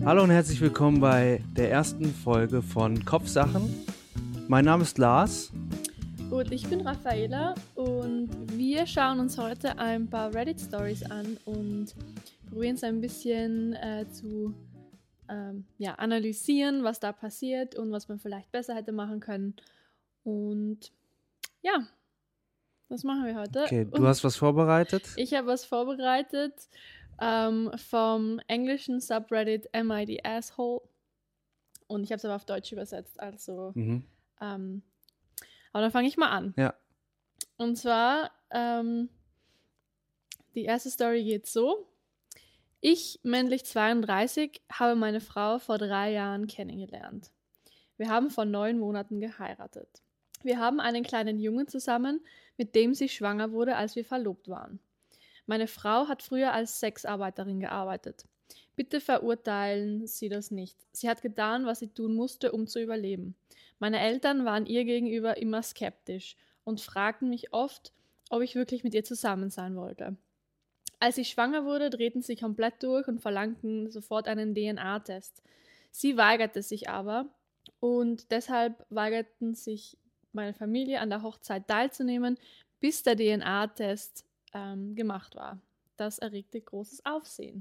Hallo und herzlich willkommen bei der ersten Folge von Kopfsachen. Mein Name ist Lars. Und ich bin Raffaela und wir schauen uns heute ein paar Reddit-Stories an und probieren es ein bisschen zu analysieren, was da passiert und was man vielleicht besser hätte machen können. Und ja, das machen wir heute. Okay, du hast was vorbereitet? Ich habe was vorbereitet vom englischen Subreddit Am I the Asshole? Und ich habe es aber auf Deutsch übersetzt, also aber dann fange ich mal an. Ja. Und zwar, die erste Story geht so. Ich, männlich 32, habe meine Frau vor 3 Jahren kennengelernt. Wir haben vor 9 Monaten geheiratet. Wir haben einen kleinen Jungen zusammen, mit dem sie schwanger wurde, als wir verlobt waren. Meine Frau hat früher als Sexarbeiterin gearbeitet. Bitte verurteilen Sie das nicht. Sie hat getan, was sie tun musste, um zu überleben. Meine Eltern waren ihr gegenüber immer skeptisch und fragten mich oft, ob ich wirklich mit ihr zusammen sein wollte. Als ich schwanger wurde, drehten sie komplett durch und verlangten sofort einen DNA-Test. Sie weigerte sich aber und deshalb weigerten sich meine Familie an der Hochzeit teilzunehmen, bis der DNA-Test gemacht war. Das erregte großes Aufsehen.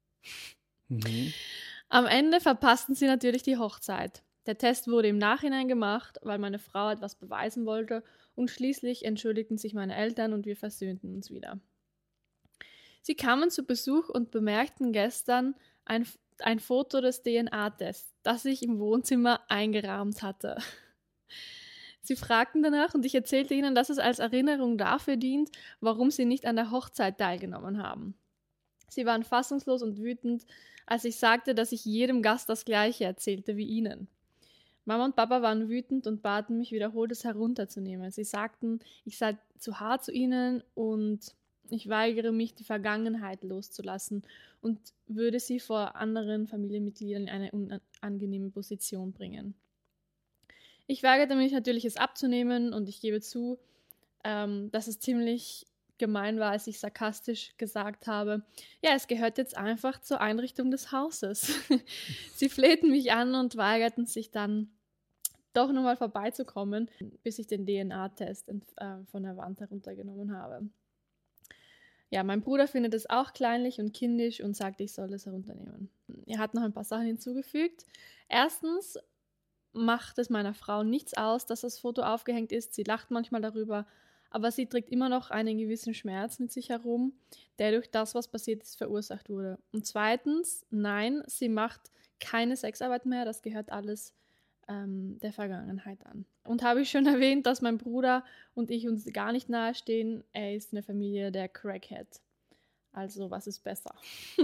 Am Ende verpassten sie natürlich die Hochzeit. Der Test wurde im Nachhinein gemacht, weil meine Frau etwas beweisen wollte und schließlich entschuldigten sich meine Eltern und wir versöhnten uns wieder. Sie kamen zu Besuch und bemerkten gestern ein Foto des DNA-Tests, das ich im Wohnzimmer eingerahmt hatte. Sie fragten danach und ich erzählte ihnen, dass es als Erinnerung dafür dient, warum sie nicht an der Hochzeit teilgenommen haben. Sie waren fassungslos und wütend, als ich sagte, dass ich jedem Gast das Gleiche erzählte wie ihnen. Mama und Papa waren wütend und baten mich wiederholt, es herunterzunehmen. Sie sagten, ich sei zu hart zu ihnen und ich weigere mich, die Vergangenheit loszulassen und würde sie vor anderen Familienmitgliedern in eine unangenehme Position bringen. Ich weigerte mich natürlich, es abzunehmen und ich gebe zu, dass es ziemlich gemein war, als ich sarkastisch gesagt habe, ja, es gehört jetzt einfach zur Einrichtung des Hauses. Sie flehten mich an und weigerten sich dann doch nochmal vorbeizukommen, bis ich den DNA-Test von der Wand heruntergenommen habe. Ja, mein Bruder findet es auch kleinlich und kindisch und sagte, ich soll es herunternehmen. Er hat noch ein paar Sachen hinzugefügt. Erstens macht es meiner Frau nichts aus, dass das Foto aufgehängt ist. Sie lacht manchmal darüber, aber sie trägt immer noch einen gewissen Schmerz mit sich herum, der durch das, was passiert ist, verursacht wurde. Und zweitens, nein, sie macht keine Sexarbeit mehr, das gehört alles der Vergangenheit an. Und habe ich schon erwähnt, dass mein Bruder und ich uns gar nicht nahestehen. Er ist eine Familie der Crackhead. Also, was ist besser?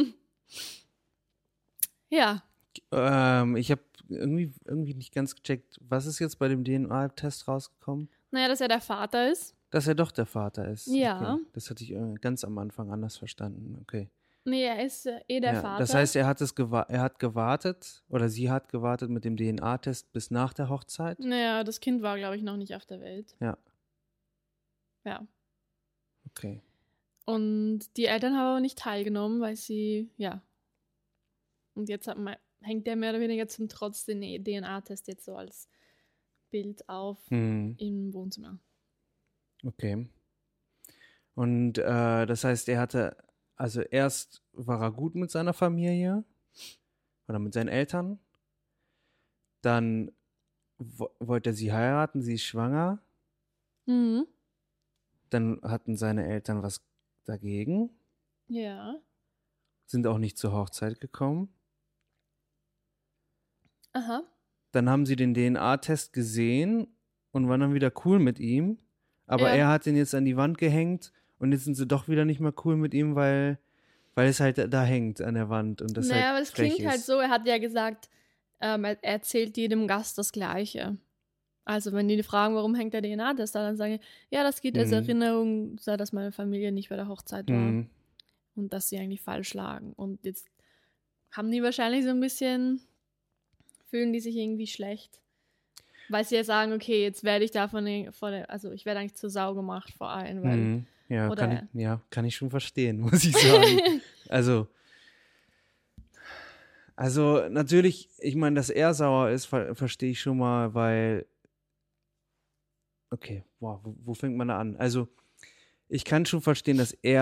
Ja. Ich habe irgendwie nicht ganz gecheckt, was ist jetzt bei dem DNA-Test rausgekommen? Naja, dass er der Vater ist. Dass er doch der Vater ist. Ja. Okay. Das hatte ich ganz am Anfang anders verstanden. Okay. Nee, er ist der Vater. Das heißt, er hat gewartet oder sie hat gewartet mit dem DNA-Test bis nach der Hochzeit? Naja, das Kind war, glaube ich, noch nicht auf der Welt. Ja. Ja. Okay. Und die Eltern haben aber nicht teilgenommen, weil sie, ja. Und jetzt hängt der mehr oder weniger zum Trotz den DNA-Test jetzt so als Bild auf im Wohnzimmer. Okay. Und das heißt, also erst war er gut mit seiner Familie oder mit seinen Eltern. Dann wollte er sie heiraten, sie ist schwanger. Mhm. Dann hatten seine Eltern was dagegen. Ja. Sind auch nicht zur Hochzeit gekommen. Aha. Dann haben sie den DNA-Test gesehen und waren dann wieder cool mit ihm. Aber er hat den jetzt an die Wand gehängt und jetzt sind sie doch wieder nicht mehr cool mit ihm, weil es halt da hängt an der Wand. Und das naja, halt aber es klingt halt so, er hat ja gesagt, er erzählt jedem Gast das Gleiche. Also wenn die fragen, warum hängt der DNA-Test da, dann sagen die, ja, das geht als Erinnerung, dass meine Familie nicht bei der Hochzeit war und dass sie eigentlich falsch lagen. Und jetzt haben die wahrscheinlich so ein bisschen, fühlen die sich irgendwie schlecht. Weil sie ja sagen, okay, jetzt werde ich davon, also ich werde eigentlich zur Sau gemacht vor allem, weil Ja, kann ich schon verstehen, muss ich sagen. Also, Also natürlich, ich meine, dass er sauer ist, verstehe ich schon mal, weil, okay, boah, wo fängt man da an? Also ich kann schon verstehen,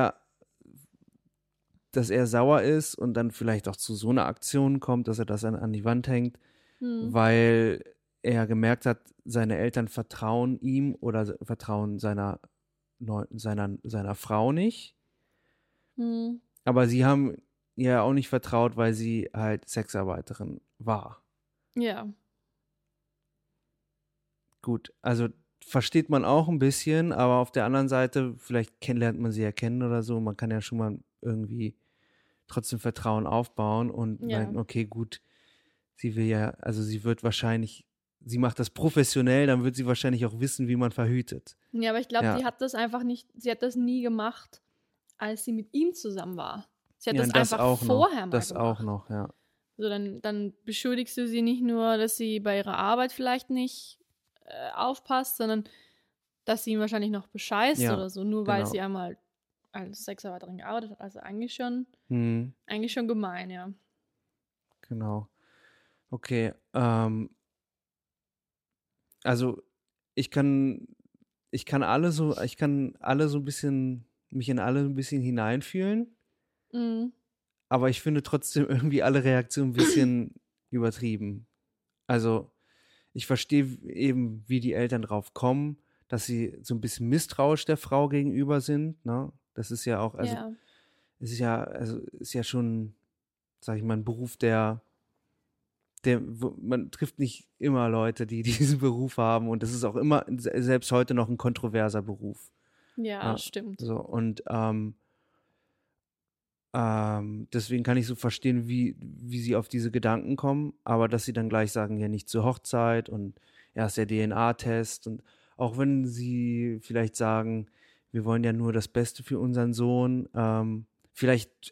dass er sauer ist und dann vielleicht auch zu so einer Aktion kommt, dass er das an die Wand hängt, Hm. weil er gemerkt hat, seine Eltern vertrauen ihm oder vertrauen seiner Frau nicht. Hm. Aber sie haben ihr auch nicht vertraut, weil sie halt Sexarbeiterin war. Ja. Gut, also versteht man auch ein bisschen, aber auf der anderen Seite, vielleicht lernt man sie ja kennen oder so. Man kann ja schon mal irgendwie trotzdem Vertrauen aufbauen und Ja. meinen, okay, gut, also sie macht das professionell, dann wird sie wahrscheinlich auch wissen, wie man verhütet. Ja, aber ich glaube, Ja. die hat das einfach nicht, sie hat das nie gemacht, als sie mit ihm zusammen war. Sie hat Ja, das und das einfach auch noch. vorher mal Das gemacht. auch noch, ja. So, dann beschuldigst du sie nicht nur, dass sie bei ihrer Arbeit vielleicht nicht aufpasst, sondern dass sie ihn wahrscheinlich noch bescheißt Ja, oder so, nur weil genau. sie einmal als Sexarbeiterin gearbeitet hat. Also eigentlich schon Hm, gemein, ja. genau. Okay, also ich kann alle so ein bisschen, mich in alle so ein bisschen hineinfühlen, Mhm. aber ich finde trotzdem irgendwie alle Reaktionen ein bisschen übertrieben. Also ich verstehe eben, wie die Eltern drauf kommen, dass sie so ein bisschen misstrauisch der Frau gegenüber sind, ne? Das ist ja auch, also Ja. ist ja schon, sag ich mal, ein Beruf, man trifft nicht immer Leute, die diesen Beruf haben und das ist auch immer, selbst heute noch ein kontroverser Beruf. Ja, Ja, stimmt. so, und deswegen kann ich so verstehen, wie sie auf diese Gedanken kommen, aber dass sie dann gleich sagen, ja, nicht zur Hochzeit und erst der DNA-Test und auch wenn sie vielleicht sagen, wir wollen ja nur das Beste für unseren Sohn, vielleicht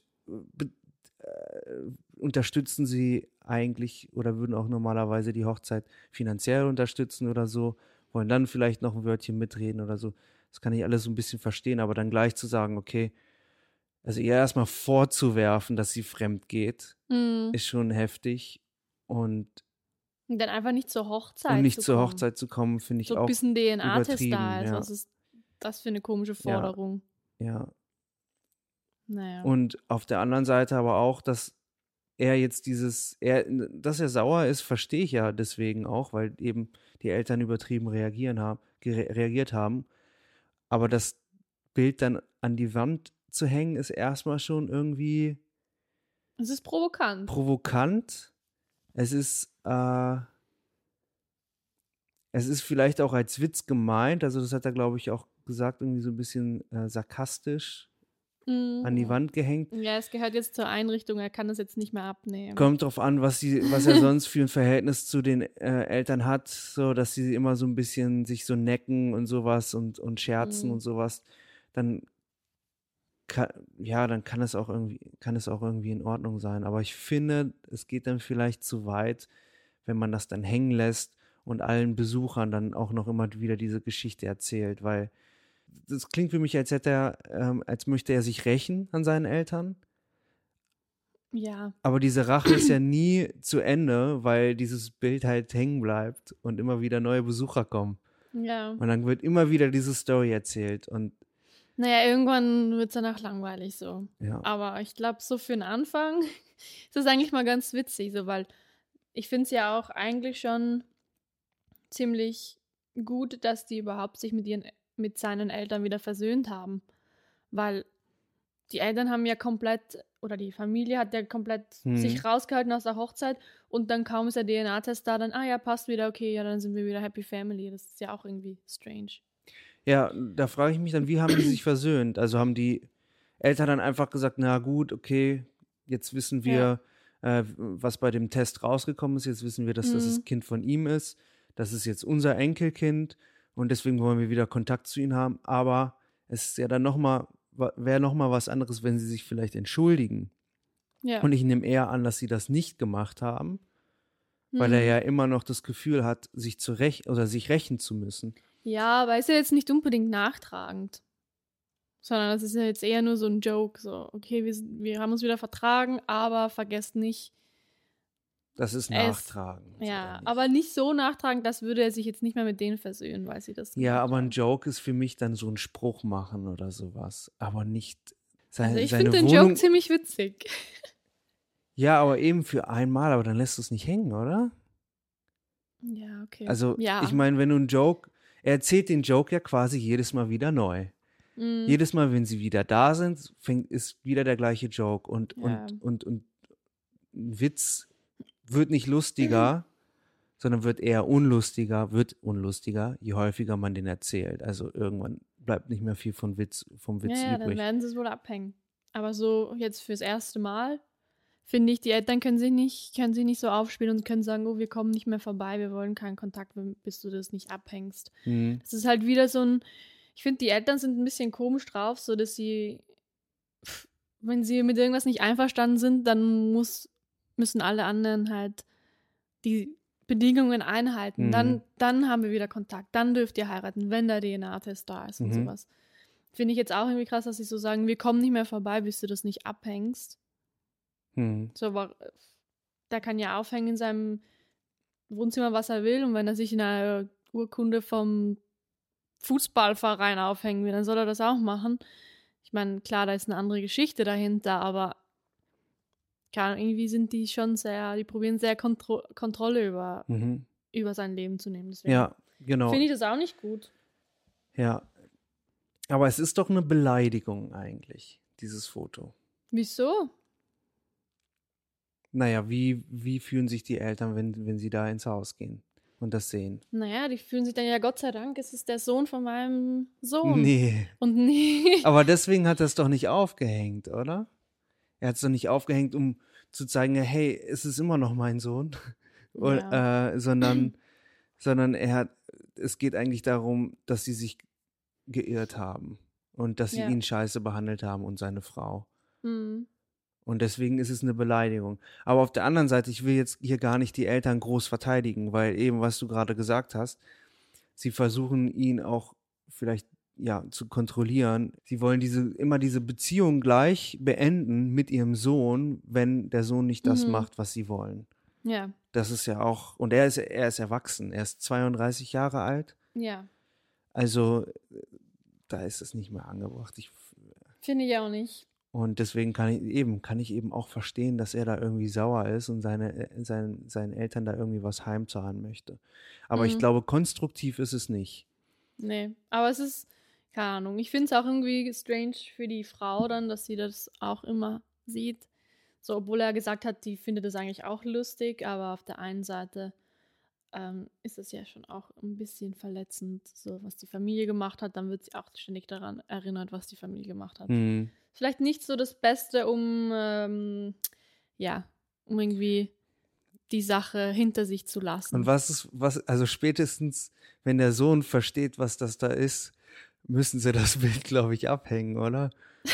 unterstützen sie eigentlich oder würden auch normalerweise die Hochzeit finanziell unterstützen oder so, wollen dann vielleicht noch ein Wörtchen mitreden oder so. Das kann ich alles so ein bisschen verstehen, aber dann gleich zu sagen, okay, also ihr erstmal vorzuwerfen, dass sie fremd geht, Mhm. ist schon heftig. Und Und dann einfach nicht zur Hochzeit um nicht zu zur kommen. Hochzeit zu kommen, finde ich So ein auch bisschen DNA-Test da übertrieben. ist. Ja, Was ist das für eine komische ja, Forderung? ja. Naja. Und auf der anderen Seite aber auch, dass er jetzt dass er sauer ist, verstehe ich ja deswegen auch, weil eben die Eltern übertrieben reagiert haben. Aber das Bild dann an die Wand zu hängen, ist erstmal schon irgendwie Es ist provokant. provokant. Es ist vielleicht auch als Witz gemeint, also das hat er, glaube ich, auch gesagt, irgendwie so ein bisschen sarkastisch an die Wand gehängt. Ja, es gehört jetzt zur Einrichtung, er kann das jetzt nicht mehr abnehmen. Kommt drauf an, was er sonst für ein Verhältnis zu den Eltern hat, so dass sie immer so ein bisschen sich so necken und sowas und scherzen und sowas, dann dann kann es auch irgendwie in Ordnung sein. Aber ich finde, es geht dann vielleicht zu weit, wenn man das dann hängen lässt und allen Besuchern dann auch noch immer wieder diese Geschichte erzählt, weil das klingt für mich, als möchte er sich rächen an seinen Eltern. Ja. Aber diese Rache ist ja nie zu Ende, weil dieses Bild halt hängen bleibt und immer wieder neue Besucher kommen. Ja. Und dann wird immer wieder diese Story erzählt. Und Naja, irgendwann wird es danach langweilig so. ja, Aber ich glaube, so für den Anfang ist das eigentlich mal ganz witzig, so, weil ich finde es ja auch eigentlich schon ziemlich gut, dass die überhaupt sich mit seinen Eltern wieder versöhnt haben. Weil die Eltern haben ja komplett, oder die Familie hat ja komplett sich rausgehalten aus der Hochzeit und dann kaum ist der DNA-Test da, dann, ja, passt wieder, okay, ja, dann sind wir wieder Happy Family. Das ist ja auch irgendwie strange. ja, da frage ich mich dann, wie haben die sich versöhnt? Also haben die Eltern dann einfach gesagt, na gut, okay, jetzt wissen wir, was bei dem Test rausgekommen ist, jetzt wissen wir, dass das Kind von ihm ist, das ist jetzt unser Enkelkind und deswegen wollen wir wieder Kontakt zu ihm haben, aber es ist ja dann wäre nochmal was anderes, wenn sie sich vielleicht entschuldigen. Ja. Und ich nehme eher an, dass sie das nicht gemacht haben, weil er ja immer noch das Gefühl hat, sich rächen zu müssen. Ja, aber ist ja jetzt nicht unbedingt nachtragend. Sondern das ist ja jetzt eher nur so ein Joke. So, okay, wir haben uns wieder vertragen, aber vergesst nicht, Das ist nachtragend. Ja, aber nicht so nachtragend, das würde er sich jetzt nicht mehr mit denen versöhnen, weil sie das Ja, aber ein haben. Joke ist für mich dann so ein Spruch machen oder sowas. Aber nicht Also ich seine finde den Wohnung. Joke ziemlich witzig. Ja, aber eben für einmal, aber dann lässt du es nicht hängen, oder? Ja, okay. Also, ja. ich meine, wenn du einen Joke, er erzählt den Joke ja quasi jedes Mal wieder neu. Jedes Mal, wenn sie wieder da sind, ist wieder der gleiche Joke. Und ein Witz wird nicht lustiger, sondern wird unlustiger, je häufiger man den erzählt. Also irgendwann bleibt nicht mehr viel vom Witz übrig. Dann werden sie es wohl abhängen. Aber so jetzt fürs erste Mal, finde ich, die Eltern können sich nicht so aufspielen und können sagen, oh, wir kommen nicht mehr vorbei, wir wollen keinen Kontakt, bis du das nicht abhängst. Das ist halt wieder so ein, ich finde, die Eltern sind ein bisschen komisch drauf, so dass sie, wenn sie mit irgendwas nicht einverstanden sind, dann müssen alle anderen halt die Bedingungen einhalten. Dann haben wir wieder Kontakt, dann dürft ihr heiraten, wenn der DNA-Test da ist und sowas. Finde ich jetzt auch irgendwie krass, dass sie so sagen, wir kommen nicht mehr vorbei, bis du das nicht abhängst. So, der kann ja aufhängen in seinem Wohnzimmer, was er will, und wenn er sich in einer Urkunde vom Fußballverein aufhängen will, dann soll er das auch machen. Ich meine, klar, da ist eine andere Geschichte dahinter, aber irgendwie sind die schon die probieren sehr Kontrolle über sein Leben zu nehmen. Deswegen ja, genau. finde ich das auch nicht gut. Ja, aber es ist doch eine Beleidigung eigentlich, dieses Foto. Wieso? Naja, wie fühlen sich die Eltern, wenn sie da ins Haus gehen und das sehen? Naja, die fühlen sich dann ja, Gott sei Dank, es ist der Sohn von meinem Sohn. Nee. Und nicht. Aber deswegen hat er es doch nicht aufgehängt, oder? Er hat es doch nicht aufgehängt, um zu zeigen, hey, es ist immer noch mein Sohn. Und, sondern es geht eigentlich darum, dass sie sich geirrt haben und dass sie ihn scheiße behandelt haben und seine Frau. Und deswegen ist es eine Beleidigung. Aber auf der anderen Seite, ich will jetzt hier gar nicht die Eltern groß verteidigen, weil eben, was du gerade gesagt hast, sie versuchen ihn auch vielleicht zu kontrollieren. Sie wollen immer diese Beziehung gleich beenden mit ihrem Sohn, wenn der Sohn nicht das macht, was sie wollen. Ja. Das ist ja auch, und er ist erwachsen, er ist 32 Jahre alt. Ja. Also, da ist es nicht mehr angebracht. Finde ich auch nicht. Und deswegen kann ich eben auch verstehen, dass er da irgendwie sauer ist und seinen Eltern da irgendwie was heimzahlen möchte. Aber ich glaube, konstruktiv ist es nicht. Nee, aber es ist, keine Ahnung, ich finde es auch irgendwie strange für die Frau dann, dass sie das auch immer sieht. So, obwohl er gesagt hat, die findet das eigentlich auch lustig, aber auf der einen Seite ist es ja schon auch ein bisschen verletzend, so was die Familie gemacht hat, dann wird sie auch ständig daran erinnert, was die Familie gemacht hat. Vielleicht nicht so das Beste, um irgendwie die Sache hinter sich zu lassen. Und also spätestens, wenn der Sohn versteht, was das da ist, müssen sie das Bild, glaube ich, abhängen, oder?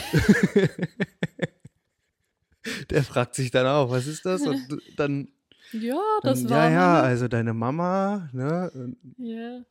Der fragt sich dann auch, was ist das? Und dann das war also deine Mama, ne? Ja.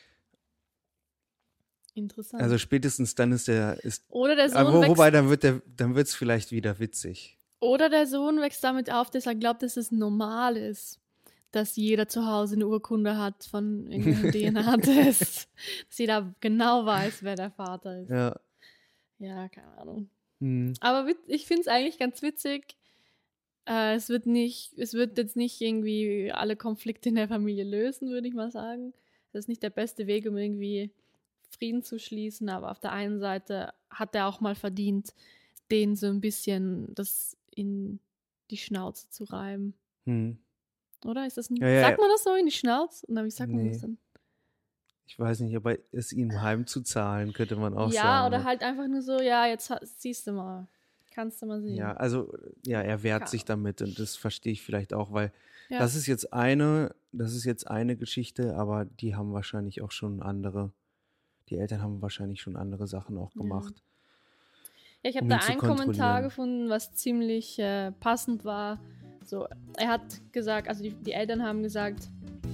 Interessant. Also spätestens dann ist oder der Sohn aber wobei, dann wird es vielleicht wieder witzig. Oder der Sohn wächst damit auf, dass er glaubt, dass es normal ist, dass jeder zu Hause eine Urkunde hat von irgendeinem DNA-Test. Dass jeder genau weiß, wer der Vater ist. Ja. Ja, keine Ahnung. Aber ich finde es eigentlich ganz witzig. Es wird jetzt nicht irgendwie alle Konflikte in der Familie lösen, würde ich mal sagen. Das ist nicht der beste Weg, um irgendwie Frieden zu schließen, aber auf der einen Seite hat er auch mal verdient, denen so ein bisschen das in die Schnauze zu reiben. Oder? Ist das sagt man das so, in die Schnauze? Und wie sagt man das denn? Ich weiß nicht, aber es ihm heimzuzahlen, könnte man auch sagen. Ja, oder halt einfach nur so, jetzt siehst du mal. Kannst du mal sehen. Ja, also, er wehrt sich damit und das verstehe ich vielleicht auch, weil das ist jetzt eine Geschichte, aber die haben wahrscheinlich auch schon die Eltern haben wahrscheinlich schon andere Sachen auch gemacht. Ja, ich habe da einen Kommentar gefunden, was ziemlich passend war. So, er hat gesagt, also die Eltern haben gesagt,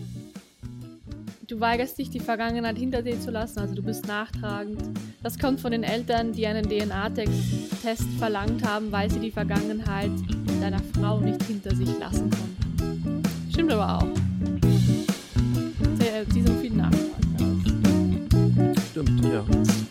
du weigerst dich, die Vergangenheit hinter dir zu lassen, also du bist nachtragend. Das kommt von den Eltern, die einen DNA-Test verlangt haben, weil sie die Vergangenheit mit einer Frau nicht hinter sich lassen konnten. Stimmt aber auch. Sie sind viel nachgefragt. Stimmt, ja.